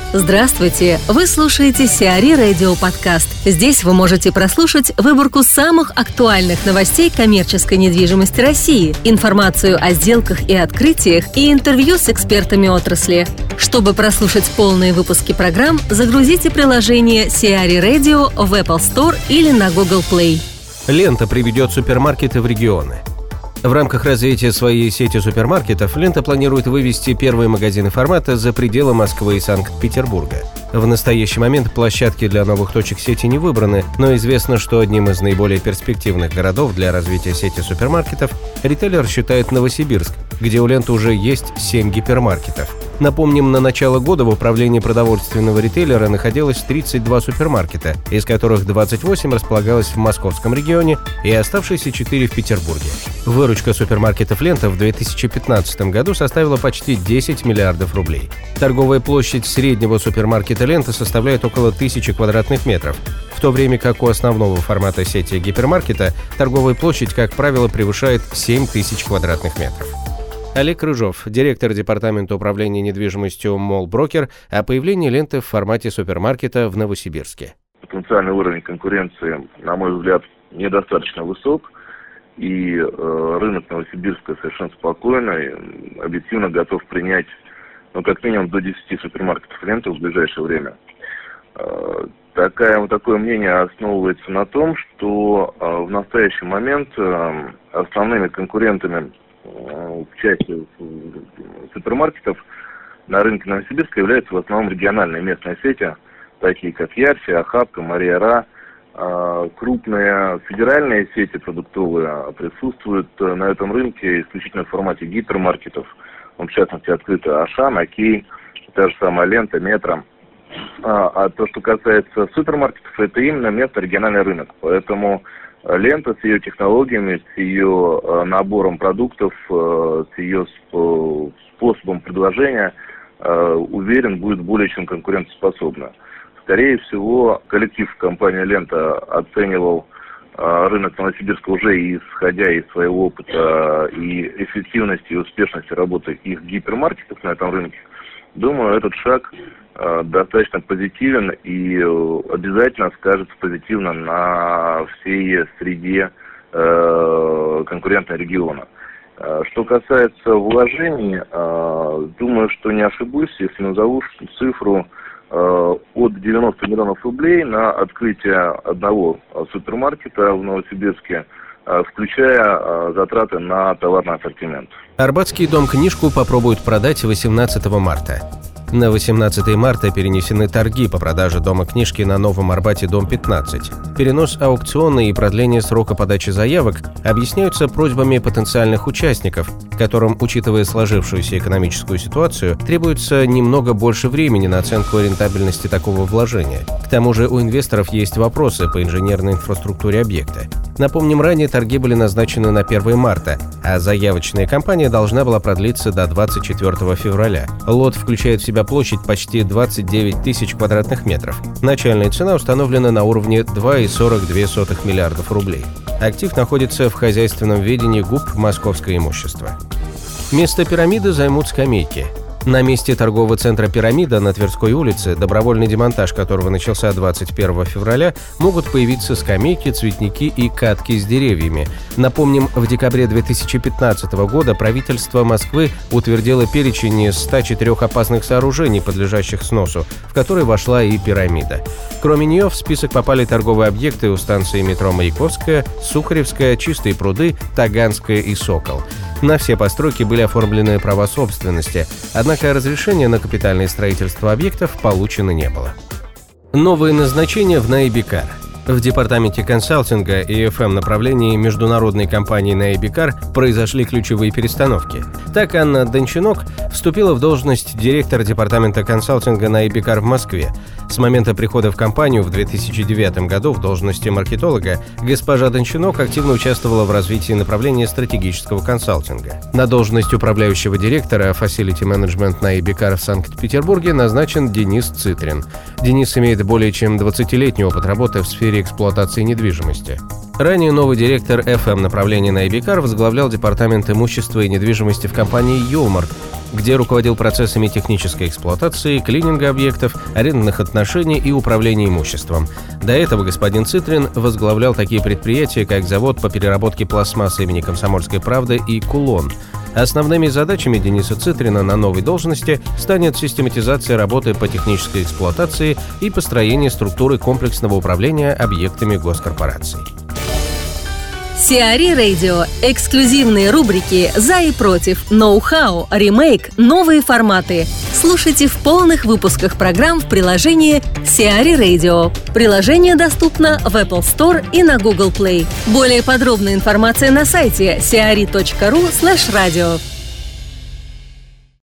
Здравствуйте! Вы слушаете Сиари Радио Подкаст. Здесь вы можете прослушать выборку самых актуальных новостей коммерческой недвижимости России, информацию о сделках и открытиях и интервью с экспертами отрасли. Чтобы прослушать полные выпуски программ, загрузите приложение Сиари Radio в Apple Store или на Google Play. Лента приведет супермаркеты в регионы. В рамках развития своей сети супермаркетов Лента планирует вывести первые магазины формата за пределы Москвы и Санкт-Петербурга. В настоящий момент площадки для новых точек сети не выбраны, но известно, что одним из наиболее перспективных городов для развития сети супермаркетов ритейлер считает Новосибирск, где у Ленты уже есть 7 гипермаркетов. Напомним, на начало года в управлении продовольственного ритейлера находилось 32 супермаркета, из которых 28 располагалось в московском регионе и оставшиеся 4 в Петербурге. Выручка супермаркетов «Лента» в 2015 году составила почти 10 миллиардов рублей. Торговая площадь среднего супермаркета «Лента» составляет около 1000 квадратных метров, в то время как у основного формата сети гипермаркета торговая площадь, как правило, превышает 7000 квадратных метров. Олег Рыжов, директор департамента управления недвижимостью «Молл-Брокер», о появлении «Ленты» в формате супермаркета в Новосибирске. Потенциальный уровень конкуренции, на мой взгляд, недостаточно высок, и рынок Новосибирска совершенно спокойный, объективно готов принять, как минимум до 10 супермаркетов «Ленты» в ближайшее время. Такое мнение основывается на том, что в настоящий момент основными конкурентами в части супермаркетов на рынке Новосибирска являются в основном региональные местные сети, такие как Ярси, Охапка, Мария-Ра. Крупные федеральные сети продуктовые присутствуют на этом рынке исключительно в формате гипермаркетов. В частности, открыто Ашан, Окей, та же самая Лента, Метро. А то, что касается супермаркетов, это именно местный региональный рынок. Поэтому Лента с ее технологиями, с ее набором продуктов, с ее способом предложения, уверен, будет более чем конкурентоспособна. Скорее всего, коллектив компании «Лента» оценивал рынок Новосибирска уже исходя из своего опыта и эффективности и успешности работы их гипермаркетов на этом рынке. Думаю, этот шаг достаточно позитивен и обязательно скажется позитивно на всей среде конкурентного региона. Что касается вложений, думаю, что не ошибусь, если назову цифру от 90 миллионов рублей на открытие одного супермаркета в Новосибирске, включая затраты на товарный ассортимент. Арбатский дом-книжку попробуют продать 18 марта. На 18 марта перенесены торги по продаже дома-книжки на Новом Арбате, дом 15. Перенос аукциона и продление срока подачи заявок объясняются просьбами потенциальных участников, которым, учитывая сложившуюся экономическую ситуацию, требуется немного больше времени на оценку рентабельности такого вложения. К тому же у инвесторов есть вопросы по инженерной инфраструктуре объекта. Напомним, ранее торги были назначены на 1 марта, а заявочная кампания должна была продлиться до 24 февраля. Лот включает в себя площадь почти 29 тысяч квадратных метров. Начальная цена установлена на уровне 2,42 миллиардов рублей. Актив находится в хозяйственном ведении ГУП «Московское имущество». Место пирамиды займут скамейки. На месте торгового центра «Пирамида» на Тверской улице, добровольный демонтаж которого начался 21 февраля, могут появиться скамейки, цветники и катки с деревьями. Напомним, в декабре 2015 года правительство Москвы утвердило перечень из 104 опасных сооружений, подлежащих сносу, в который вошла и «Пирамида». Кроме нее в список попали торговые объекты у станции метро Маяковская, Сухаревская, Чистые пруды, Таганская и Сокол. На все постройки были оформлены права собственности, однако разрешения на капитальное строительство объектов получено не было. Новые назначения в Найбикар. В департаменте консалтинга и ФМ-направлении международной компании Найбикар произошли ключевые перестановки. Так, Анна Дончинок вступила в должность директора департамента консалтинга Найбикар в Москве. С момента прихода в компанию в 2009 году в должности маркетолога госпожа Дончинок активно участвовала в развитии направления стратегического консалтинга. На должность управляющего директора Facility Management Найбикар в Санкт-Петербурге назначен Денис Цитрин. Денис имеет более чем 20-летний опыт работы в сфере эксплуатации недвижимости. Ранее новый директор ФМ направления Найбикар возглавлял департамент имущества и недвижимости в компании «Юлмарт». где руководил процессами технической эксплуатации, клининга объектов, арендных отношений и управления имуществом. До этого господин Цитрин возглавлял такие предприятия, как завод по переработке пластмассы имени Комсомольской правды и «Кулон». Основными задачами Дениса Цитрина на новой должности станет систематизация работы по технической эксплуатации и построение структуры комплексного управления объектами госкорпораций. Сиари Радио. Эксклюзивные рубрики «За и против», «Ноу-хау», «Ремейк», «Новые форматы». Слушайте в полных выпусках программ в приложении Сиари Radio. Приложение доступно в Apple Store и на Google Play. Более подробная информация на сайте siari.ru/radio.